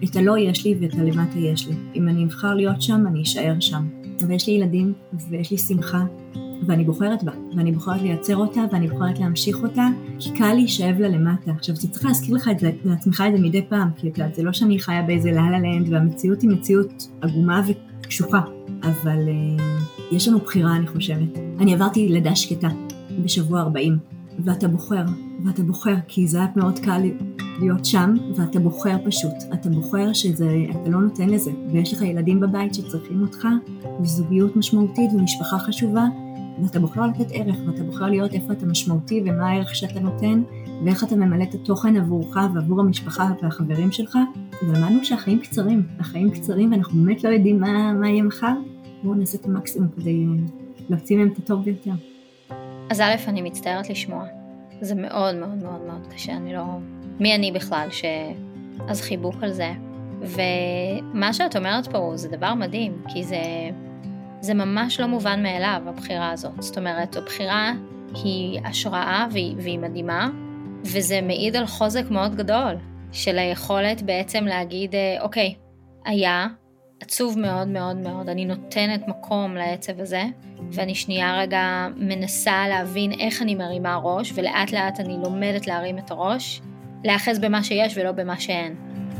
את הלא יש לי ואת הלמטה יש לי. אם אני אבחר להיות שם, אני אשאר שם. ויש לי ילדים, ויש לי שמחה, ואני בוחרת בה, ואני בוחרת לייצר אותה, ואני בוחרת להמשיך אותה, כי קל לי שאהב לה למטה. עכשיו, אתה צריך להזכיר לך את זה, לעצמך את זה מדי פעם, כי זה לא שאני חיה באיזה לה לנד, והמציאות היא מציאות עגומה וקשוחה, אבל יש לנו בחירה, אני חושבת. אני עברתי לידה שקטה בשבוע 40, ואתה בוחר, כי זה היה מאוד קל להיות שם, ואתה בוחר פשוט, אתה בוחר אתה לא נותן לזה, ויש לך ילדים בבית שצריכים אותך, וזוגיות משמעותית ומשפחה חשובה, ואתה בוחר לתת ערך, ואתה בוחר להיות איפה אתה משמעותי, ומה הערך שאתה נותן, ואיך אתה ממלא את התוכן עבורך, ועבור המשפחה והחברים שלך, ולמדנו שהחיים קצרים, ואנחנו באמת לא יודעים מה יהיה מחר, בואו נעשה את המקסימום כדי להוציא מהם את הטוב ביותר. אז א', אני מצטערת לשמוע, זה מאוד מאוד מאוד מאוד קשה, אני לא... מי אני בכלל אז חיבוק על זה. ומה שאת אומרת פה זה דבר מדהים, כי זה ממש לא מובן מאליו, הבחירה הזאת. זאת אומרת, הבחירה היא השראה והיא מדהימה, וזה מעיד על חוזק מאוד גדול, של היכולת בעצם להגיד, אוקיי, היה עצוב מאוד מאוד מאוד, אני נותנת מקום לעצב הזה, ואני שנייה רגע מנסה להבין איך אני מרימה ראש, ולאט לאט אני לומדת להרים את הראש, לאחז במה שיש ולא במה שאין.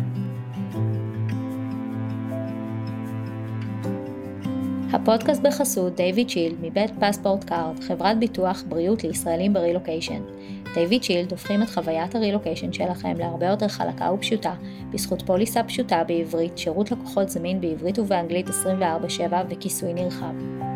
הפודקאסט בחסות דיוויד שילד מבית פספורט קארד, חברת ביטוח בריאות לישראלים ברילוקיישן. דיוויד שילד הופכים את חוויית הרילוקיישן שלכם להרבה יותר חלקה ופשוטה, בזכות פוליסה פשוטה בעברית, שירות לקוחות זמין בעברית ובאנגלית 24/7 וכיסוי נרחב.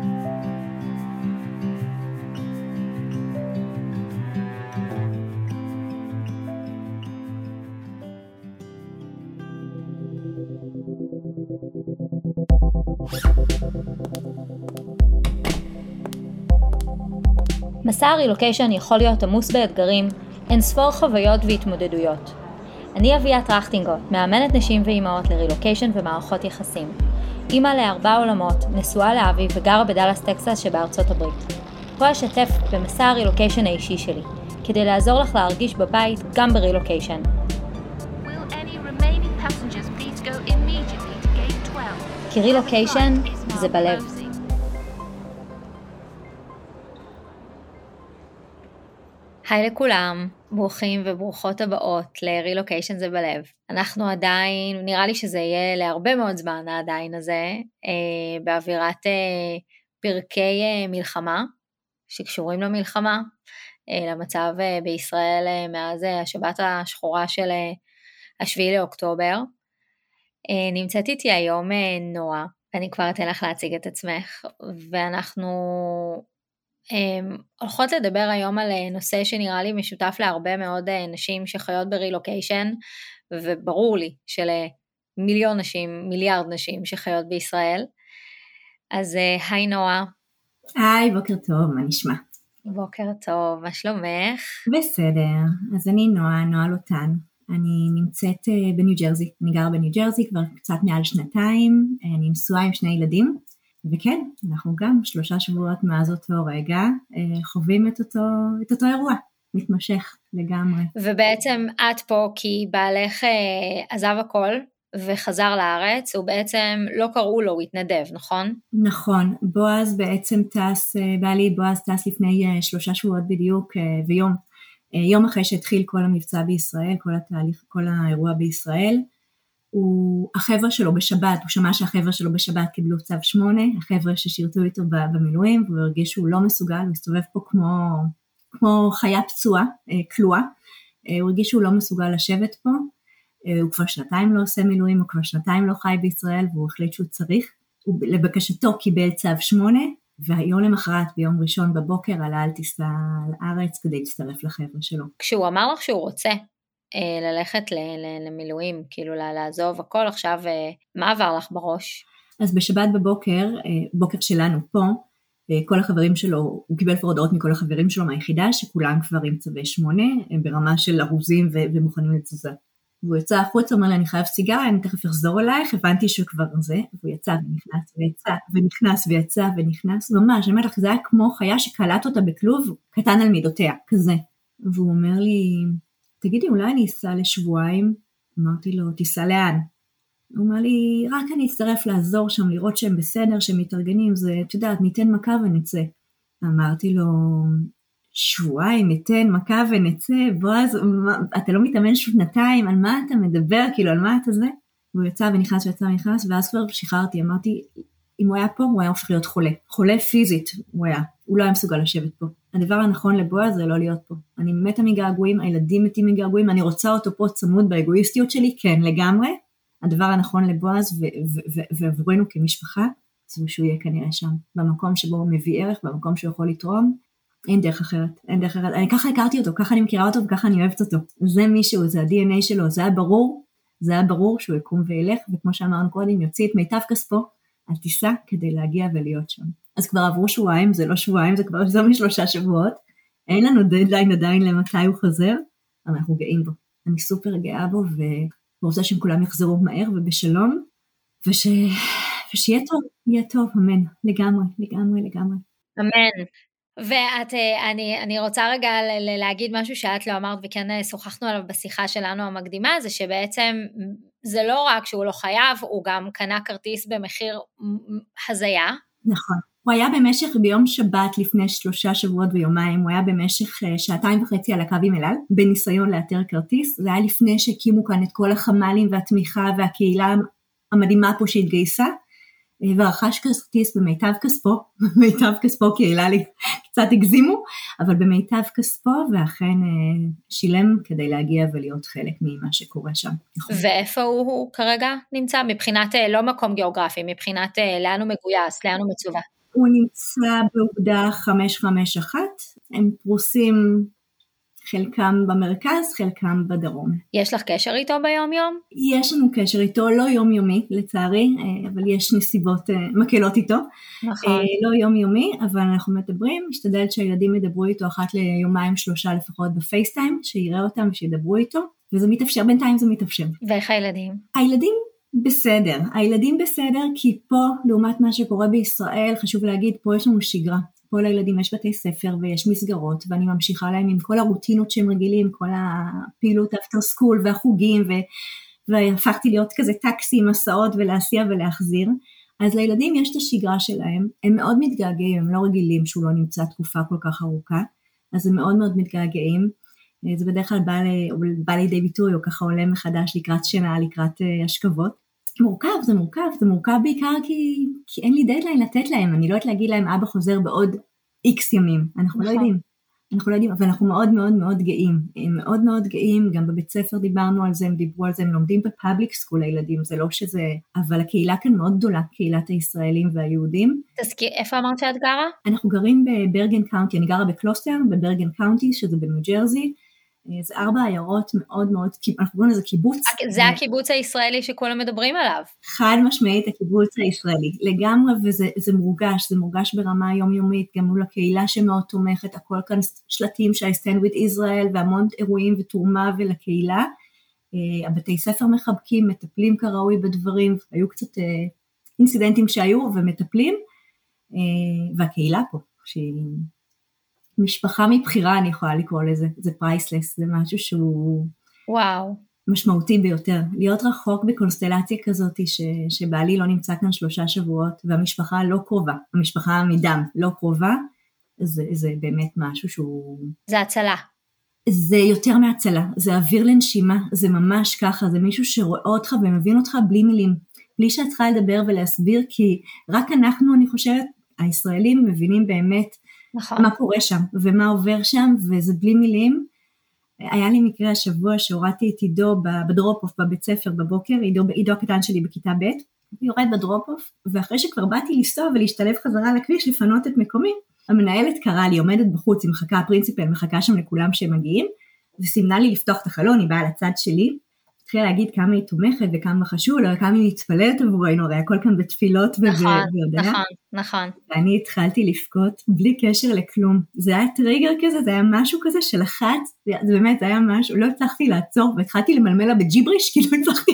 מסע הרילוקיישן יכול להיות עמוס באתגרים, אין ספור חוויות והתמודדויות. אני אביה טרכטינגוט, מאמנת נשים ואימהות לרילוקיישן ומערכות יחסים. אימא ל4 עולמות, נשואה לאבי וגרה בדלס טקסס שבארצות הברית. פה אשתף במסע הרילוקיישן האישי שלי, כדי לעזור לך להרגיש בבית גם ברילוקיישן. כי רילוקיישן זה בלב. היי לכולם, ברוכים וברוכות הבאות לרילוקיישן זה בלב. אנחנו עדיין, נראה לי שזה יהיה להרבה מאוד זמן העדיין הזה, באווירת פרקי מלחמה, שקשורים למלחמה, למצב בישראל מאז השבת השחורה של 7 לאוקטובר. נמצאת איתי היום נועה, אני כבר אתן לך להציג את עצמך, ואנחנו הולכות לדבר היום על נושא שנראה לי משותף להרבה מאוד נשים שחיות ברילוקיישן, וברור לי מיליארד נשים שחיות בישראל. אז היי נועה. היי, בוקר טוב, מה נשמע? בוקר טוב, מה שלומך? בסדר, אז אני נועה לוטן, אני נמצאת בניו ג'רזי, אני גרה בניו ג'רזי כבר קצת מעל 2, אני נשואה עם 2 ילדים, וכן, אנחנו גם 3 שבועות מאז אותו רגע חווים את אותו אירוע, מתמשך לגמרי. ובעצם את פה כי בעלך עזב הכל וחזר לארץ, הוא בעצם לא קראו לו, הוא התנדב, נכון? נכון, בועז בעצם בעלי בועז טס לפני 3 שבועות בדיוק, יום אחרי שהתחיל כל המבצע בישראל, כל התהליך, כל האירוע בישראל, החבר'ה שלו בשבת, הוא שמע שהחבר'ה שלו בשבת קיבלו צו 8, החבר'ה ששירתו איתו במילואים, והוא הרגיש שהוא לא מסוגל, הוא הסתובב פה כמו חיה פצועה, כלואה, הוא הרגיש שהוא לא מסוגל לשבת פה, הוא כבר 2 לא עושה מילואים, הוא כבר 2 לא חי בישראל, והוא החליט שהוא צריך, הוא לבקשתו קיבל צו 8, והיום למחרת ביום ראשון בבוקר עלה על טיסה לארץ כדי להצטרף לחבר'ה שלו. כשהוא אמר לך שהוא רוצה ללכת למילואים, כאילו לעזוב הכל, עכשיו מה עבר לך בראש? אז בשבת בבוקר, בוקר שלנו פה, כל החברים שלו, הוא קיבל כבר הודעות מכל החברים שלו מהיחידה, שכולם כבר עם צווי 8, הם ברמה של ארוזים ומוכנים לתזוזה. והוא יצא החוץ, אומר לי, אני חייב סיגריה, אני תכף אחזור אלייך, הבנתי שהוא כבר זה, והוא יצא ונכנס ויצא, ונכנס ויצא ונכנס, ממש, אני אומרת לך, זה היה כמו חיה שקלט אותה בכלוב, קטן על מידותיה, כזה. והוא אומר לי, תגידי, אולי אני אסע לשבועיים? אמרתי לו, תיסע לאן? הוא אמר לי, רק אני אצטרף לעזור שם, לראות שהם בסדר, שהם מתארגנים, זה, את יודעת, ניתן מכה ונצא. אמרתי לו, שבועיים, ניתן מכה ונצא, בועז, אתה לא מתאמן שנתיים, על מה אתה מדבר, כאילו, על מה אתה זה? והוא יצא ונכנס, ואז כבר שחררתי, אמרתי, אם הוא היה פה, הוא היה הופך להיות חולה. חולה פיזית הוא היה, הוא לא היה מסוגל לשבת פה. הדבר הנכון לבועז זה לא להיות פה. אני מתה מגעגועים, הילדים מתים מגעגועים, אני רוצה אותו פה צמוד באגואיסטיות שלי, כן, לגמרי. הדבר הנכון לבועז ועבורנו כמשפחה, זה שהוא יהיה כנראה שם, במקום שבו הוא מביא ערך, במקום שהוא יכול לתרום, אין דרך אחרת, אין דרך אחרת. אני ככה הכרתי אותו, ככה אני מכירה אותו וככה אני אוהבת אותו. זה מישהו, זה ה-DNA שלו, זה היה ברור שהוא יקום וילך, וכמו שאמרנו קודם, יוציא את מיטב כספו, על טיסה כדי להגיע ולהיות שם. אז כבר עברו שבועיים, זה לא שבועיים, זה כבר מ3 שבועות, אין לנו דדליין עדיין למתי הוא חוזר, אבל אנחנו גאים בו. אני סופר גאה בו, ורוצה שהם כולם יחזרו מהר ובשלום, ושיהיה טוב, יהיה טוב, אמן, לגמרי. אמן. ואני רוצה רגע להגיד משהו שאת לא אמרת, וכן שוחחנו עליו בשיחה שלנו המקדימה, זה שבעצם זה לא רק שהוא לא חייב, הוא גם קנה כרטיס במחיר הזיה. נכון. הוא היה במשך, ביום שבת לפני 3 שבועות ויומיים, הוא היה במשך 2.5 על הקו עם אל על, בניסיון לאתר כרטיס, זה היה לפני שהקימו כאן את כל החמלים והתמיכה והקהילה המדהימה פה שהתגייסה, ורכש כרטיס במיטב כספו, כי העלה לי קצת הגזימו, אבל במיטב כספו, ואכן שילם כדי להגיע ולהיות חלק ממה שקורה שם. ואיפה הוא כרגע נמצא? מבחינת לא מקום גיאוגרפי, מבחינת לאן הוא מגויס, לאן הוא מצווה? הוא נמצא באוגדה 551, הם פרוסים חלקם במרכז, חלקם בדרום. יש לך קשר איתו ביום יום? יש לנו קשר איתו, לא יומיומי לצערי, אבל יש נסיבות מקלות איתו. נכון. לא יומיומי, אבל אנחנו מדברים, משתדלת שהילדים ידברו איתו 1 ליומיים 3 לפחות בפייסטיים, שיראה אותם ושידברו איתו, וזה מתאפשר, בינתיים זה מתאפשר. ואיך הילדים? הילדים בסדר, כי פה, לעומת מה שקורה בישראל, חשוב להגיד, פה יש לנו שגרה. פה לילדים יש בתי ספר ויש מסגרות, ואני ממשיכה להם עם כל הרוטינות שהם רגילים, כל הפעילות אפטר סקול והחוגים, והפכתי להיות כזה טקסי, מסעות ולהסיע ולהחזיר. אז לילדים יש את השגרה שלהם, הם מאוד מתגעגעים, הם לא רגילים שהוא לא נמצא תקופה כל כך ארוכה, אז הם מאוד מאוד מתגעגעים, זה בדרך כלל בא לידי ביטוי, או ככה עולה מחדש לקראת שינה, לקראת השכבות. זה מורכב בעיקר כי אין לי דדליין לתת להם, אני לא יודעת להגיד להם אבא חוזר בעוד X ימים, אנחנו לא יודעים, אבל אנחנו מאוד מאוד מאוד גאים, הם מאוד מאוד גאים, גם בבית ספר דיברנו על זה, הם דיברו על זה, הם לומדים בפאבליק סקול הילדים, זה לא שזה, אבל הקהילה כאן מאוד גדולה, קהילת הישראלים והיהודים. תזכיר, איפה אמרת שאת גרה? אנחנו גרים בברגן קאונטי, אני גרה בקלוסטר, בברגן קאונטי, שזה בניו ג'רזי, זה 4 עיירות מאוד מאוד, אנחנו קוראים לזה קיבוץ. זה הקיבוץ הישראלי שכולם מדברים עליו. חד משמעית הקיבוץ הישראלי, לגמרי, וזה מורגש ברמה יומיומית, גם מול הקהילה שמאוד תומכת, הכל כאן שלטים ש-I stand with Israel, והמון אירועים ותרומה ולקהילה, הבתי ספר מחבקים, מטפלים כראוי בדברים, היו קצת אינסידנטים שהיו ומטפלים, והקהילה פה, שהיא משפחה מבחירה, אני יכולה לקרוא לזה, זה פרייסלס, זה משהו שהוא משמעותי ביותר. להיות רחוק בקונסטלציה כזאת, שבעלי לא נמצא כאן 3 שבועות, והמשפחה לא קרובה, המשפחה מדם לא קרובה, זה באמת משהו שהוא... זה הצלה. זה יותר מהצלה, זה אוויר לנשימה, זה ממש ככה, זה מישהו שרואה אותך ומבין אותך בלי מילים, בלי שאת צריכה לדבר ולהסביר, כי רק אנחנו, אני חושבת, הישראלים מבינים באמת, נכון. מה קורה שם ומה עובר שם, וזה בלי מילים. היה לי מקרה השבוע שהורדתי את עידו בדרופ-אוף בבית ספר בבוקר, עידו הקטן שלי בכיתה ב', הוא יורד בדרופ-אוף, ואחרי שכבר באתי לנסוע ולהשתלב חזרה לכביש, לפנות את מקומי, המנהלת קראה לי, עומדת בחוץ, היא מחכה, הפרינציפל מחכה שם לכולם שהם מגיעים, וסימנה לי לפתוח את החלון, היא באה לצד שלי, התחילה להגיד כמה היא תומכת וכמה חשוב, לא כמה היא מתפללת עבורנו, הרי הכל כאן בתפילות נכון. ואני התחלתי לבכות בלי קשר לכלום, זה היה טריגר כזה, זה היה משהו כזה שלחץ, זה באמת, זה היה משהו, לא הצלחתי לעצור, והתחלתי למלמל לה בג'יבריש, כי לא הצלחתי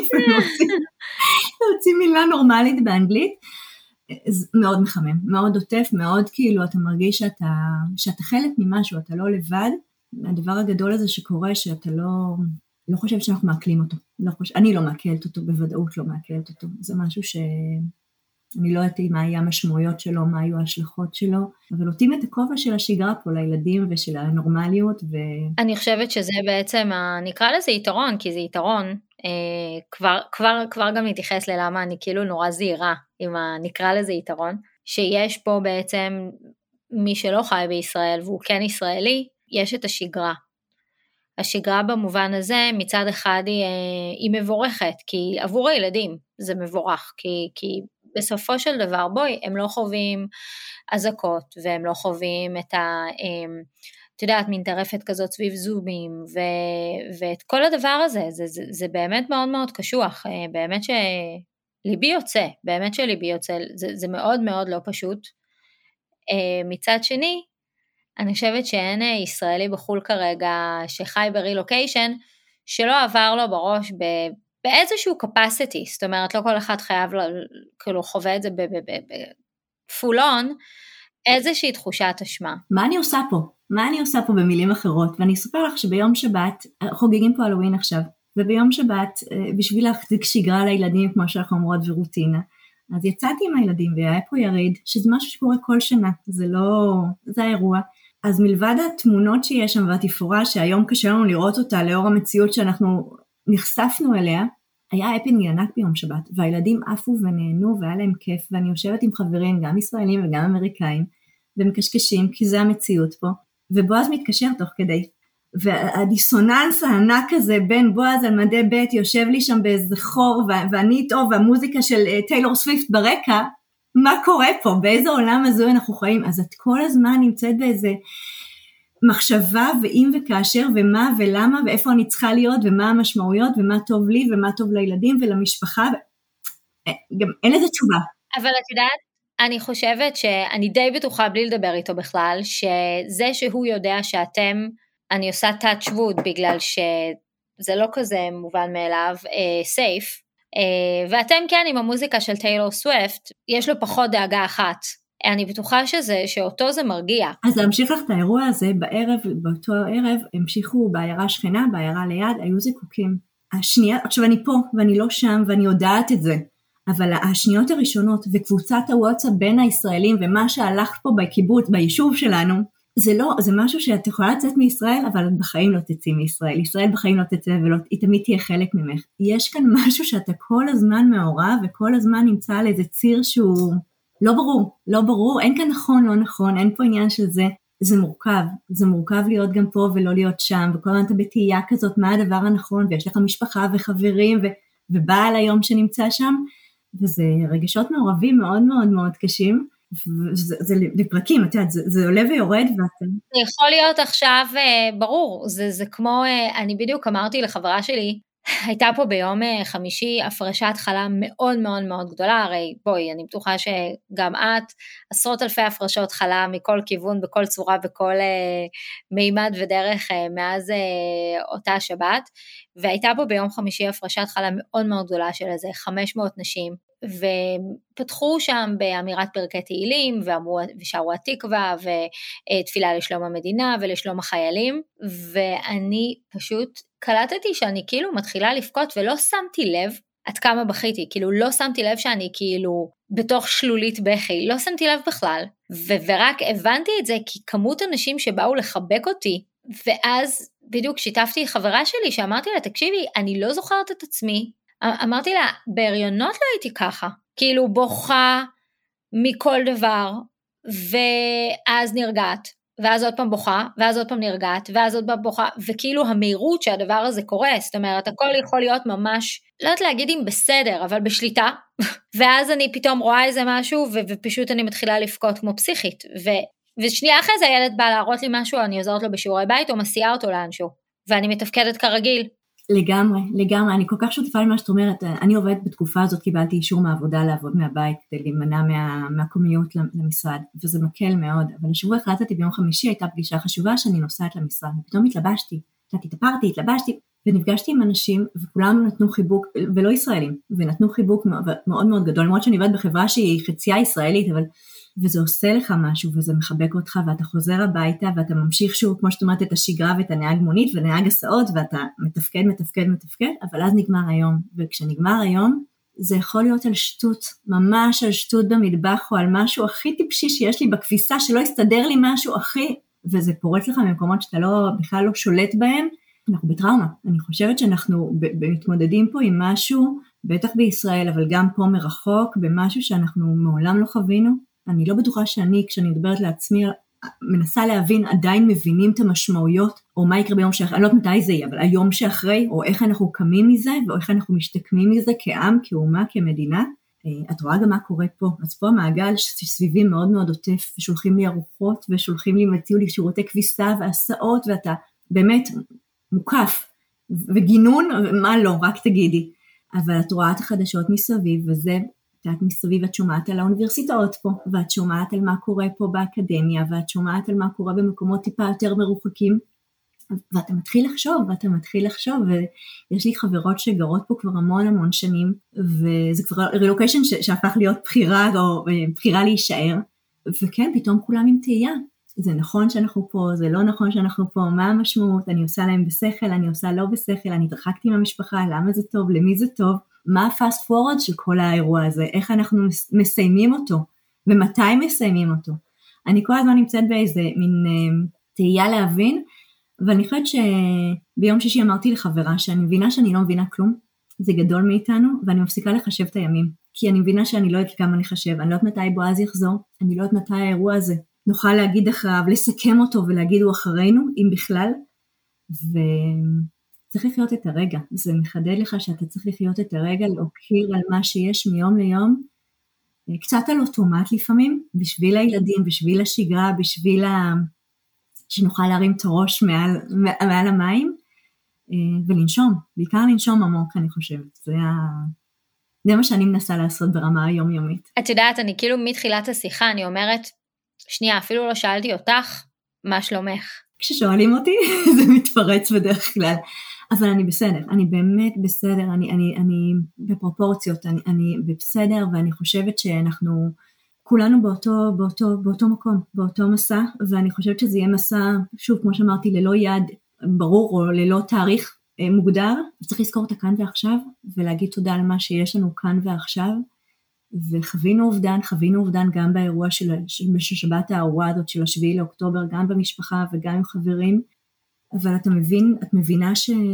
להוציא מילה נורמלית באנגלית, זה מאוד מחמם, מאוד עוטף, מאוד כאילו אתה מרגיש שאתה חלק ממשהו, אתה לא לבד, הדבר הגדול הזה שקורה שאתה לא חושב שאנחנו מעכלים אותו. אני לא מעכלת אותו, בוודאות לא מעכלת אותו, זה משהו אני לא יודעת מה היה המשמעויות שלו, מה היו ההשלכות שלו, אבל נותנים את הכובע של השגרה פה לילדים ושל הנורמליות. אני חושבת שזה בעצם, נקרא לזה יתרון, כי זה יתרון, כבר גם נתייחס ללמה אני כאילו נורא זהירה, אם נקרא לזה יתרון, שיש פה בעצם מי שלא חי בישראל, והוא כן ישראלי, יש את השגרה. השגרה במובן הזה מצד אחד היא מבורכת, כי עבור הילדים זה מבורך, כי בסופו של דבר, הם לא חווים אזעקות, והם לא חווים את את יודעת, מין טרפת כזאת סביב זומים, ואת כל הדבר הזה, זה באמת מאוד מאוד קשוח, באמת שליבי יוצא, באמת שליבי יוצא, זה מאוד מאוד לא פשוט. מצד שני, אני חושבת שאין ישראלי בחול כרגע, שחי ברילוקיישן, שלא עבר לו בראש באיזשהו capacity, זאת אומרת, לא כל אחד חייב, כאילו חווה את זה בפולון, איזושהי תחושת אשמה. מה אני עושה פה? מה אני עושה פה במילים אחרות? ואני אספר לך שביום שבת, חוגגים פה הלווין עכשיו, וביום שבת, בשביל להחזיק שגרה לילדים, כמו שאנחנו אומרות, ורוטינה, אז יצאתי עם הילדים, והיה פה יריד, שזה משהו שקורה כל שנה, זה האירוע. אז מלבד התמונות שיש שם, והתפאורה, שהיום קשה לנו לראות אותה, לאור המציאות שאנחנו נחשפנו אליה, היה הפינינג ענק ביום שבת, והילדים עפו ונהנו, והיה להם כיף, ואני יושבת עם חברים, גם ישראלים וגם אמריקאים, ומקשקשים, כי זה המציאות פה, ובועז מתקשר תוך כדי, והדיסוננס הענק הזה, בין בועז על מדי בית, יושב לי שם באיזה חור, ואני איתו, והמוזיקה של טיילור סוויפט ברקע, מה קורה פה? באיזה עולם הזו אנחנו חיים? אז את כל הזמן נמצאת באיזה מחשבה, ואם וכאשר, ומה ולמה, ואיפה אני צריכה להיות, ומה המשמעויות, ומה טוב לי, ומה טוב לילדים ולמשפחה, גם אין לזה תשובה. אבל את יודעת, אני חושבת שאני די בטוחה בלי לדבר איתו בכלל, שזה שהוא יודע שאתם, אני עושה touch wood, בגלל שזה לא כזה מובן מאליו, safe, ואתם כן עם המוזיקה של טיילור סוויפט, יש לו פחות דאגה אחת, אני בטוחה שאותו זה מרגיע. אז להמשיך לך את האירוע הזה, באותו ערב, המשיכו בעיירה שכנה, בעיירה ליד, היו זיקוקים. השנייה, עכשיו אני פה, ואני לא שם, ואני יודעת את זה, אבל השניות הראשונות, וקבוצת הוואטסאפ בין הישראלים, ומה שהלך פה בקיבוץ, ביישוב שלנו, זה משהו שאת יכולה לצאת מישראל, אבל את בחיים לא תצאי מישראל. ישראל בחיים לא תצא, והיא תמיד תהיה חלק ממך. יש כאן משהו שאתה כל הזמן מעורב, וכל הזמן נמצא על איזה ציר שהוא לא ברור, אין כאן נכון, לא נכון, אין פה עניין של זה. זה מורכב להיות גם פה ולא להיות שם, וכל הזמן אתה בתהייה כזאת, מה הדבר הנכון, ויש לך משפחה וחברים, ובעל היום שנמצא שם, וזה רגשות מעורבים מאוד מאוד מאוד קשים, זה לפרקים, את יודעת, זה עולה ויורד, זה יכול להיות עכשיו, ברור, זה כמו, אני בדיוק אמרתי לחברה שלי, הייתה פה ביום חמישי הפרשת חלה מאוד מאוד מאוד גדולה, הרי בואי, אני בטוחה שגם את, עשרות אלפי הפרשות חלה מכל כיוון, בכל צורה, בכל מימד ודרך מאז אותה שבת, והייתה פה ביום חמישי הפרשת חלה מאוד מאוד גדולה של איזה 500 נשים, ופתחו שם באמירת פרקי תהילים, ושרו התקווה, ותפילה לשלום המדינה ולשלום החיילים, ואני פשוט קלטתי שאני כאילו מתחילה לפקוט, ולא שמתי לב עד כמה בכיתי, כאילו לא שמתי לב שאני כאילו בתוך שלולית בכי, לא שמתי לב בכלל, ורק הבנתי את זה כי כמות אנשים שבאו לחבק אותי, ואז בדיוק שיתפתי חברה שלי שאמרתי לה, תקשיבי, אני לא זוכרת את עצמי, אמרתי לה, בהריונות לא הייתי ככה, כאילו בוכה מכל דבר, ואז נרגעת, ואז עוד פעם בוכה, ואז עוד פעם נרגעת, ואז עוד פעם בוכה, וכאילו המהירות שהדבר הזה קורה, זאת אומרת, הכל יכול להיות ממש, לא יודעת להגיד אם בסדר, אבל בשליטה, ואז אני פתאום רואה איזה משהו, ופשוט אני מתחילה לפקוט כמו פסיכית, ושנייה אחרי זה הילד בא להראות לי משהו, אני עוזרת לו בשיעורי בית, או מסיעה אותו לאנשהו, ואני מתפקדת כרגיל. לגמרי, אני כל כך שותפה למה שאת אומרת, אני עובדת בתקופה הזאת, קיבלתי אישור מהעבודה לעבוד מהבית, כדי להימנע מהקומיות למשרד, וזה מקל מאוד, אבל השבוע החלטתי ביום חמישי, הייתה פגישה חשובה שאני נוסעת למשרד, ופתאום התלבשתי, ונפגשתי עם אנשים, וכולם נתנו חיבוק, ולא ישראלים, ונתנו חיבוק מאוד מאוד גדול, למרות שאני עובדת בחברה שהיא חצייה ישראלית, אבל וזה עושה לך משהו, וזה מחבק אותך, ואתה חוזר הביתה, ואתה ממשיך שוב, כמו שאת אומרת, את השגרה, ואת הנהג מונית, ונהג הסעות, ואתה מתפקד, אבל אז נגמר היום, וכשנגמר היום, זה יכול להיות על שטות, ממש על שטות במטבח, או על משהו הכי טיפשי שיש לי בכביסה, שלא יסתדר לי משהו הכי, וזה פורץ לך במקומות שאתה בכלל לא שולט בהם, אנחנו בטראומה. אני חושבת שאנחנו מתמודדים פה עם משהו, בטח בישראל, אבל גם פה מרחוק, במשהו שאנחנו מעולם לא חווינו. אני לא בטוחה כשאני מדברת לעצמי, מנסה להבין, עדיין מבינים את המשמעויות, או מה יקרה ביום שאחרי, אני לא יודעת מתי זה יהיה, אבל היום שאחרי, או איך אנחנו קמים מזה, או איך אנחנו משתקמים מזה כעם, כאומה, כמדינה. את רואה גם מה קורה פה. אז פה המעגל שסביבי מאוד מאוד עוטף, ושולחים לי ארוחות, ושולחים לי, מציעו לי שירותי כביסה והסעות, ואתה באמת מוקף, וגינון, מה לא, רק תגידי. אבל את רואה את החדשות מסביב, וזה, את מסביב, את שומעת על האוניברסיטאות פה, ואת שומעת על מה קורה פה באקדמיה, ואת שומעת על מה קורה במקומות טיפה יותר מרוחקים, ואתה מתחיל לחשוב, ויש לי חברות שגרות פה כבר המון שנים, וזה כבר רילוקיישן שהפך להיות בחירה, או בחירה להישאר, וכן, פתאום כולם עם תהייה, זה נכון שאנחנו פה, זה לא נכון שאנחנו פה, מה המשמעות, אני עושה להם בשכל, אני עושה לא בשכל, אני התרחקתי מהמשפחה, למה זה טוב, למי זה טוב, מה הפאסט פורוד של כל האירוע הזה, איך אנחנו מסיימים אותו, ומתי מסיימים אותו. אני כל הזמן נמצאת באיזה מין תהייה להבין, ואני חושבת שביום שישי אמרתי לחברה שאני מבינה שאני לא מבינה כלום, זה גדול מאיתנו, ואני מפסיקה לחשב את הימים, כי אני מבינה שאני לא יודעת כמה אני חשב, אני לא יודעת מתי בועז יחזור, אני לא יודעת מתי האירוע הזה נוכל להגיד אחריו, לסכם אותו ולהגיד הוא אחרינו, אם בכלל, וצריך לחיות את הרגע, זה מחדד לך שאתה צריך לחיות את הרגע, להוקיר על מה שיש מיום ליום, קצת על אוטומט לפעמים, בשביל הילדים, בשביל השגרה, בשביל שנוכל להרים את הראש מעל המים, ולנשום, בעיקר לנשום עמוק אני חושבת, זה מה שאני מנסה לעשות ברמה היומיומית. את יודעת, אני כאילו מתחילת השיחה, אני אומרת, שנייה, אפילו לא שאלתי אותך, מה שלומך? כששואלים אותי, זה מתפרץ בדרך כלל, אבל אני בסדר, אני באמת בסדר, אני בפרופורציות, אני בסדר, ואני חושבת שאנחנו כולנו באותו מקום, באותו מסע, ואני חושבת שזה יהיה מסע, שוב, כמו שאמרתי, ללא יעד ברור, או ללא תאריך מוגדר, צריך לזכור את הכאן ועכשיו, ולהגיד תודה על מה שיש לנו כאן ועכשיו, וחווינו אובדן גם באירוע של שבת הארורה הזאת של 7 לאוקטובר, גם במשפחה וגם עם חברים, אבל את מבינה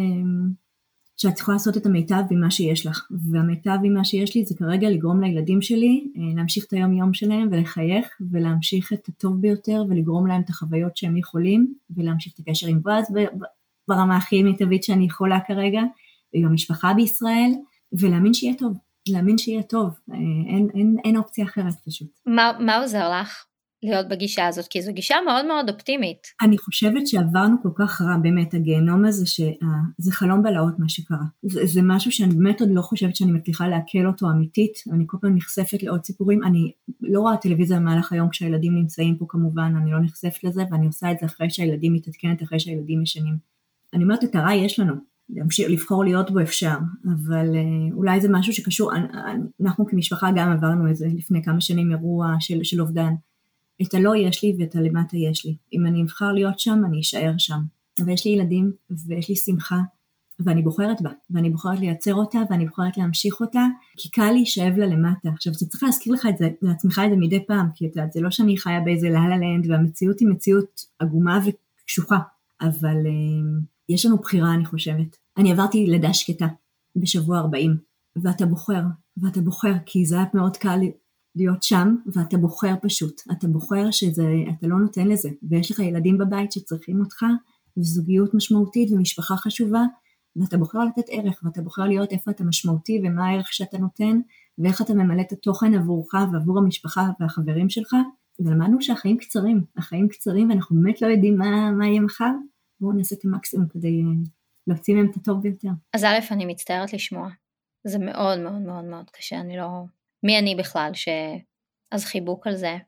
שאת יכולה לעשות את המיטב במה שיש לך, והמיטב במה שיש לי זה כרגע לגרום לילדים שלי, להמשיך את היום יום שלהם ולחייך, ולהמשיך את הטוב ביותר, ולגרום להם את החוויות שהם יכולים, ולהמשיך את הקשר עם בועז ברמה הכי מיטבית שאני יכולה כרגע, ועם המשפחה בישראל, ולהאמין שיהיה טוב, אין אופציה אחרת פשוט. מה עוזר לך להיות בגישה הזאת? כי זו גישה מאוד מאוד אופטימית. אני חושבת שעברנו כל כך רע, באמת, הגיהנום הזה, שזה חלום בלהות מה שקרה. זה משהו שאני באמת עוד לא חושבת שאני מצליחה להקל אותו אמיתית, אני כל פעם נחשפת לעוד סיפורים, אני לא רואה טלוויזיה במהלך היום כשהילדים נמצאים פה כמובן, אני לא נחשפת לזה, ואני עושה את זה אחרי שהילדים מתעדכנת, אחרי שהילדים ישנים. אני אומרת, את הרע יש לנו, לבחור להיות בו אפשר, אבל אולי זה משהו שקשור, אנחנו כמשפחה גם עברנו את זה לפני כמה שנים אירוע של אובדן, את הלא יש לי ואת הלמטה יש לי, אם אני אבחר להיות שם אני אשאר שם, אבל יש לי ילדים ויש לי שמחה, ואני בוחרת בה, ואני בוחרת לייצר אותה, ואני בוחרת להמשיך אותה, כי קל להישאב לה למטה. עכשיו, אתה צריך להזכיר לך את זה, לעצמך את זה מדי פעם, כי אתה יודעת, זה לא שאני חיה באיזה לה-לה-לנד, והמציאות היא מציאות עגומה וקשוחה, אבל יש לנו בחירה, אני חושבת. אני עברתי לידה שקטה בשבוע 40, ואתה בוחר, כי זה היה מאוד קל להיות שם, ואתה בוחר פשוט, אתה בוחר אתה לא נותן לזה, ויש לך ילדים בבית שצריכים אותך, וזוגיות משמעותית ומשפחה חשובה, ואתה בוחר לתת ערך, ואתה בוחר להיות איפה אתה משמעותי, ומה הערך שאתה נותן, ואיך אתה ממלא את התוכן עבורך, ועבור המשפחה והחברים שלך, ולמדנו שהחיים קצרים, ואנחנו באמת לא יודעים מה יהיה מחר, בואו נעשה את המקסימום כדי להוציא מהם את הטוב ביותר. אז א', אני מצטערת לשמוע, זה מאוד מאוד מאוד מאוד קשה, אני לא... מי אני בכלל אז חיבוק על זה,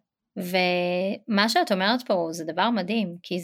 ומה שאת אומרת פה זה דבר מדהים, כי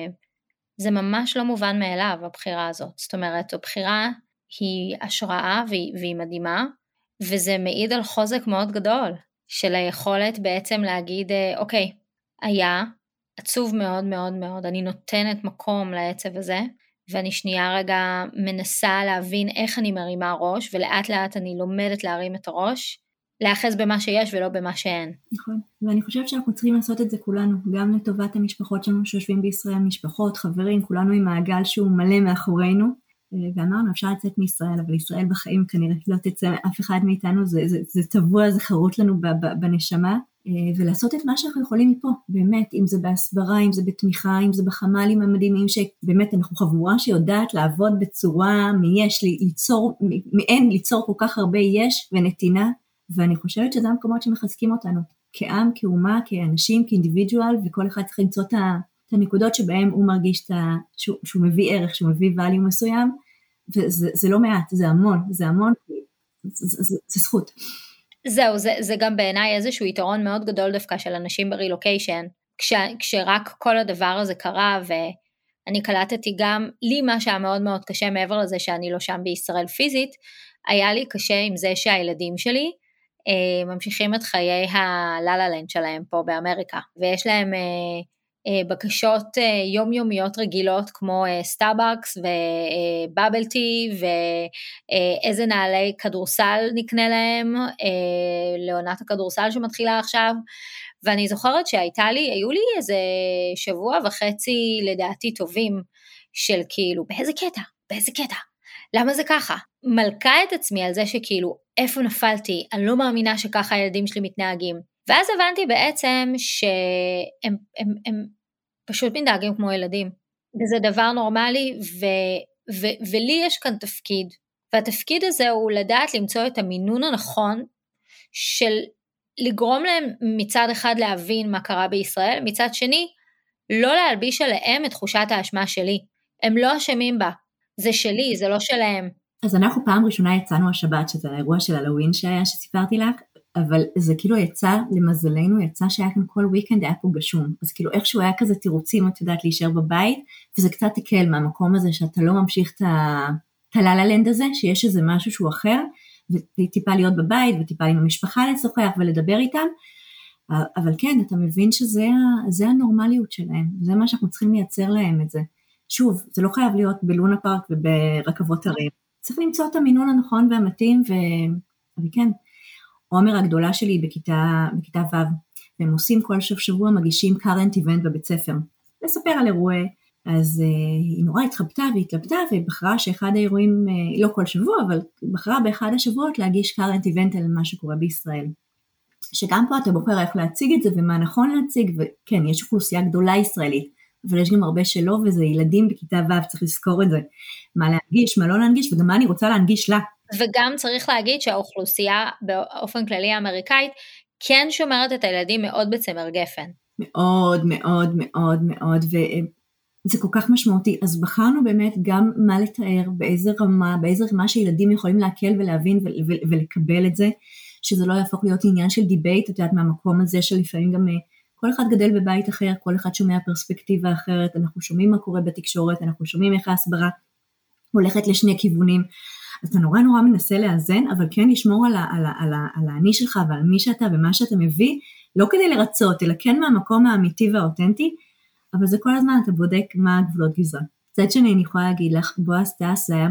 זה ממש לא מובן מאליו הבחירה הזאת, זאת אומרת הבחירה היא השראה והיא מדהימה, וזה מעיד על חוזק מאוד גדול, של היכולת בעצם להגיד, אוקיי, היה עצוב מאוד מאוד מאוד, אני נותנת מקום לעצב הזה, ואני שנייה רגע מנסה להבין איך אני מרימה ראש, ולאט לאט אני לומדת להרים את הראש, להאחז במה שיש ולא במה שאין. נכון, ואני חושבת שאנחנו צריכים לעשות את זה כולנו, גם לטובת המשפחות שלנו שיושבים בישראל, משפחות, חברים, כולנו עם מעגל שהוא מלא מאחורינו, ואמרנו אפשר לצאת מישראל, אבל ישראל בחיים כנראה לא תצא אף אחד מאיתנו, זה טבוע, זה חרוט לנו בנשמה, ולעשות את מה שאנחנו יכולים מפה, באמת, אם זה בהסברה, אם זה בתמיכה, אם זה בחמ"לים המדהימים, שבאמת אנחנו חבורה שיודעת לעבוד בצורה מיש, ליצור כל כך הרבה יש ונתינה, ואני חושבת שזה המקומות שמחזקים אותנו, כעם, כאומה, כאנשים, כאינדיבידואל, וכל אחד צריך למצוא את הנקודות שבהם הוא מרגיש שהוא מביא ערך, שהוא מביא value מסוים, וזה לא מעט, זה המון, זה זכות. זהו, זה גם בעיניי איזשהו יתרון מאוד גדול דווקא של אנשים ברילוקיישן, כשרק כל הדבר הזה קרה, ואני קלטתי גם, לי מה שהיה מאוד מאוד קשה מעבר לזה שאני לא שם בישראל פיזית, היה לי קשה עם זה שהילדים שלי ממשיכים את חיי הללה-לנד שלהם פה באמריקה, ויש להם בקשות יומיומיות רגילות כמו סטארבקס ובאבל טי ואיזה נעלי כדורסל נקנה להם לעונת הכדורסל שמתחילה עכשיו, ואני זוכרת היו לי איזה שבוע וחצי לדעתי טובים של כאילו באיזה קטע, למה זה ככה? מלכה את עצמי על זה שכאילו איפה נפלתי, אני לא מאמינה שככה הילדים שלי מתנהגים, ואז הבנתי בעצם שהם פשוט מתנהגים כמו ילדים, וזה דבר נורמלי, ולי יש כאן תפקיד, והתפקיד הזה הוא לדעת למצוא את המינון הנכון, של לגרום להם מצד אחד להבין מה קרה בישראל, מצד שני, לא להלביש עליהם את תחושת האשמה שלי, הם לא אשמים בה, זה שלי, זה לא שלהם. אז אנחנו פעם ראשונה יצאנו השבת, שזה האירוע של הלווין שסיפרתי לך, אבל זה כאילו יצא, למזלנו, יצא שהיה כאן כל וויקנד, היה פה גשום, אז כאילו איכשהו היה כזה תירוצים, את יודעת להישאר בבית, וזה קצת תקל מהמקום הזה, שאתה לא ממשיך את הללה-לנד הזה, שיש איזה משהו שהוא אחר, וטיפה להיות בבית, וטיפה עם המשפחה לשוחח ולדבר איתם, אבל כן, אתה מבין שזה הנורמליות שלהם, זה מה שאנחנו צריכים לייצר להם את זה. שוב, זה לא חייב להיות בלונה פארק וברכבות הרים, צריך למצוא את המינון הנכון והמתאים, וכן, עומר הגדולה שלי בכיתה ו', והם עושים כל שבוע מגישים current event בבית ספר, לספר על אירועי, אז היא נורא התחבטה והתלבטה, ובחרה שאחד האירועים, לא כל שבוע, אבל בחרה באחד השבועות להגיש current event על מה שקורה בישראל, שגם פה אתה בוחר איך להציג את זה, ומה נכון להציג, וכן, יש אוכלוסייה גדולה ישראלית, אבל יש גם הרבה שלא, וזה ילדים בכיתה ו', צריך לזכור את זה, מה להנגיש, מה לא להנגיש, וגם מה אני רוצה להנגיש לה. וגם צריך להגיד שהאוכלוסייה באופן כללי האמריקאית, כן שומרת את הילדים מאוד בצמר גפן. מאוד, מאוד, מאוד, מאוד, וזה כל כך משמעותי, אז בחרנו באמת גם מה לתאר, באיזה רמה שילדים יכולים להקל ולהבין ולקבל את זה, שזה לא יהפוך להיות עניין של דיבייט, את יודעת מהמקום הזה שלפעמים גם כל אחד גדל בבית אחר, כל אחד שומע פרספקטיבה אחרת, אנחנו שומעים מה קורה בתקשורת, אנחנו שומעים איך ההסברה הולכת לשני כיוונים, אז אתה נורא נורא מנסה לאזן, אבל כן לשמור על האני שלך ועל מי שאתה ומה שאתה מביא, לא כדי לרצות, אלא כן מהמקום האמיתי והאותנטי, אבל זה כל הזמן אתה בודק מה הגבולות גזרה. צד שני אני יכולה להגיד לך, בועז טס, זה היה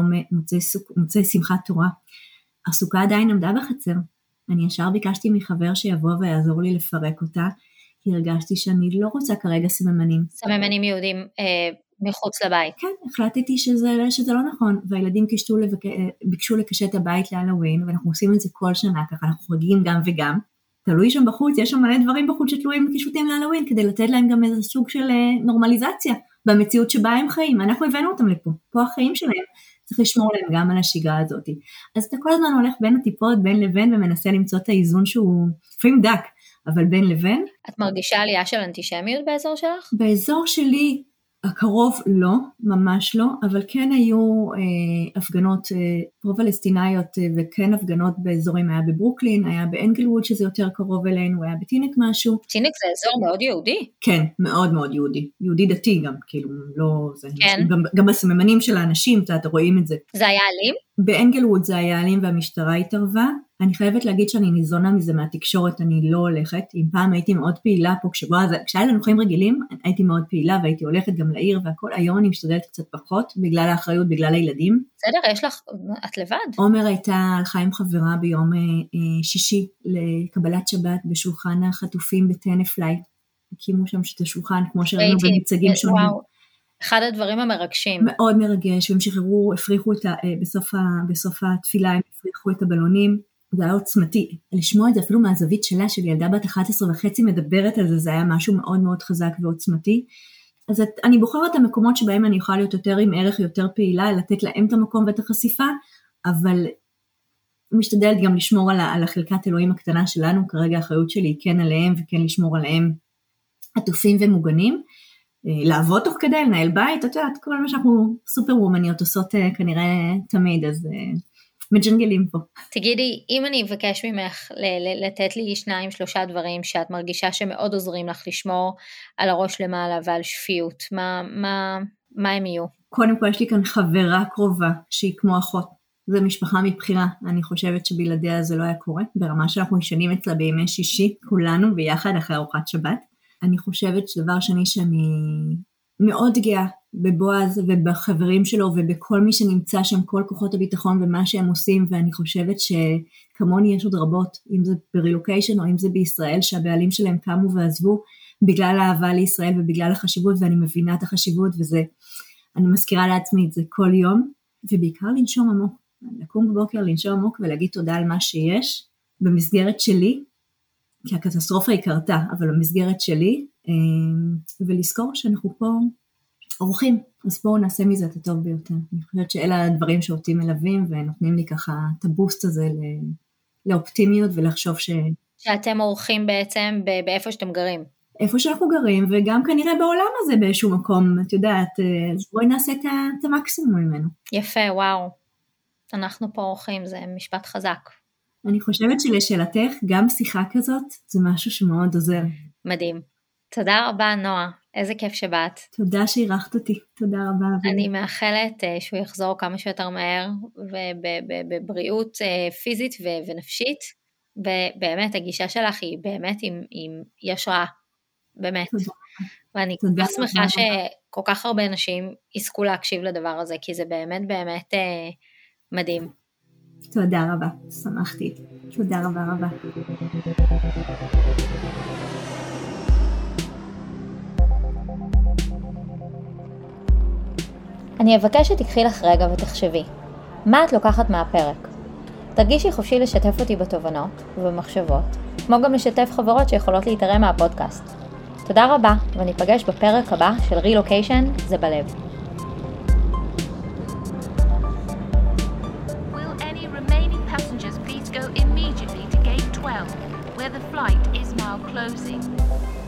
מוצאי שמחת תורה, הסוכה עדיין עמדה בחצר, אני ישר ביקשתי מחבר שיבוא ויעזור לי לפרק אותה, כי הרגשתי שאני לא רוצה כרגע סממנים. סממנים יהודים מחוץ לבית. כן, החלטתי שזה לא נכון, והילדים ביקשו לקשט הבית להלווין, ואנחנו עושים את זה כל שנה, ככה אנחנו חוגגים גם וגם, תלוי שם בחוץ, יש שם מלא דברים בחוץ שתלויים וקישוטים להלווין, כדי לתת להם גם איזה סוג של נורמליזציה, במציאות שבה הם חיים, אנחנו הבאנו אותם לפה, פה החיים שלהם, צריך לשמור להם גם על השגרה הזאת. אז אתה כל הזמן הולך בין הטיפות, בין לבין, ומנסה למצוא את האיזון שהוא לפעמים דק, אבל בין לבין. את מרגישה עלייה של אנטישמיות באזור שלך? באזור שלי, הקרוב לא, ממש לא, אבל כן היו הפגנות פרו-פלסטינאיות, וכן הפגנות באזורים, היה בברוקלין, היה באנגלווד שזה יותר קרוב אלינו, היה בטינק משהו. טינק זה אזור מאוד יהודי. כן, מאוד מאוד יהודי, יהודי דתי גם, כאילו לא, זה, כן. גם בסממנים של האנשים, אתה רואים את זה. זה היה אלים? באנגלווד זה היה אלים והמשטרה התערבה, אני חייבת להגיד שאני ניזונה מזה מהתקשורת, אני לא הולכת, אם פעם הייתי מאוד פעילה פה, כשהיה לנו חיים רגילים, הייתי מאוד פעילה והייתי הולכת גם לעיר והכל, היום אני משתדלת קצת פחות, בגלל האחריות, בגלל הילדים. בסדר, יש לך, את לבד. עומר הלכה עם חברה ביום שישי, לקבלת שבת בשולחן החטופים בטנפליי, הקימו שם את השולחן, כמו שראינו במצגים שונים. וואו, אחד הדברים המרגשים. מאוד מרגש, והם שחררו, הפריחו בסוף התפילה, הם הפריחו את הבלונים, זה היה עוצמתי, לשמוע את זה אפילו מהזווית שלה, של ילדה בת 11.5 מדברת על זה, זה היה משהו מאוד מאוד חזק ועוצמתי, אז אני בוחרת את המקומות שבהם אני יכולה להיות יותר עם ערך, יותר פעילה, לתת להם את המקום ואת החשיפה, אבל משתדלת גם לשמור על החלקת אלוהים הקטנה שלנו, כרגע האחריות שלי היא כן עליהם, וכן לשמור עליהם עטופים ומוגנים, לעבוד תוך כדי, לנהל בית, את יודעת, כל מה שאנחנו סופר וומניות עושות כנראה תמיד, אז מג'נגלים פה. תגידי, אם אני אבקש ממך לתת לי 2-3 דברים שאת מרגישה שמאוד עוזרים לך לשמור על הראש למעלה ועל שפיות, מה הם יהיו? קודם כל יש לי כאן חברה קרובה שהיא כמו אחות, זה משפחה מבחירה, אני חושבת שבלעדיה זה לא היה קורה, ברמה שאנחנו ישנים אצלה בימי שישי, כולנו ביחד אחרי ארוחת שבת, אני חושבת שדבר שני שאני מאוד גאה בבועז ובחברים שלו ובכל מי שנמצא שם, כל כוחות הביטחון ומה שהם עושים, ואני חושבת שכמוני יש עוד רבות, אם זה ברילוקיישן או אם זה בישראל, שהבעלים שלהם קמו ועזבו בגלל האהבה לישראל ובגלל החשיבות, ואני מבינה את החשיבות, וזה, אני מזכירה לעצמי את זה כל יום, ובעיקר לנשום עמוק, לקום בבוקר לנשום עמוק ולהגיד תודה על מה שיש, במסגרת שלי, כי הקטסטרופה היא קרתה, אבל במסגרת שלי, ולזכור שאנחנו פה אורחים, אז בואו נעשה מזה את הטוב ביותר. אני חושבת שאלה הדברים שאותי מלווים, ונותנים לי ככה את הבוסט הזה לאופטימיות, ולחשוב שאתם אורחים בעצם באיפה שאתם גרים. איפה שאנחנו גרים, וגם כנראה בעולם הזה באיזשהו מקום, את יודעת, אז בואי נעשה את המקסימום ממנו. יפה, וואו. אנחנו פה אורחים, זה משפט חזק. אני חושבת שלשאלתך, גם שיחה כזאת, זה משהו שמאוד עוזר. מדהים. תודה רבה, נועה. איזה כיף שבאת. תודה שאירחת אותי. תודה רבה. אני מאחלת שהוא יחזור כמה שיותר מהר, ובבריאות פיזית ונפשית, ובאמת הגישה שלך היא באמת עם ישרה. באמת. ואני כל כך שמחה שכל כך הרבה אנשים יזכו להקשיב לדבר הזה, כי זה באמת באמת מדהים. תודה רבה, שמחתי. תודה רבה רבה. אני אבקש שתקחי לך רגע ותחשבי, מה את לוקחת מהפרק? תרגישי חופשי לשתף אותי בתובנות ובמחשבות, כמו גם לשתף חברות שיכולות להתרם מהפודקאסט. תודה רבה, וניפגש בפרק הבא של רילוקיישן זה בלב. Go immediately to gate 12, where the flight is now closing.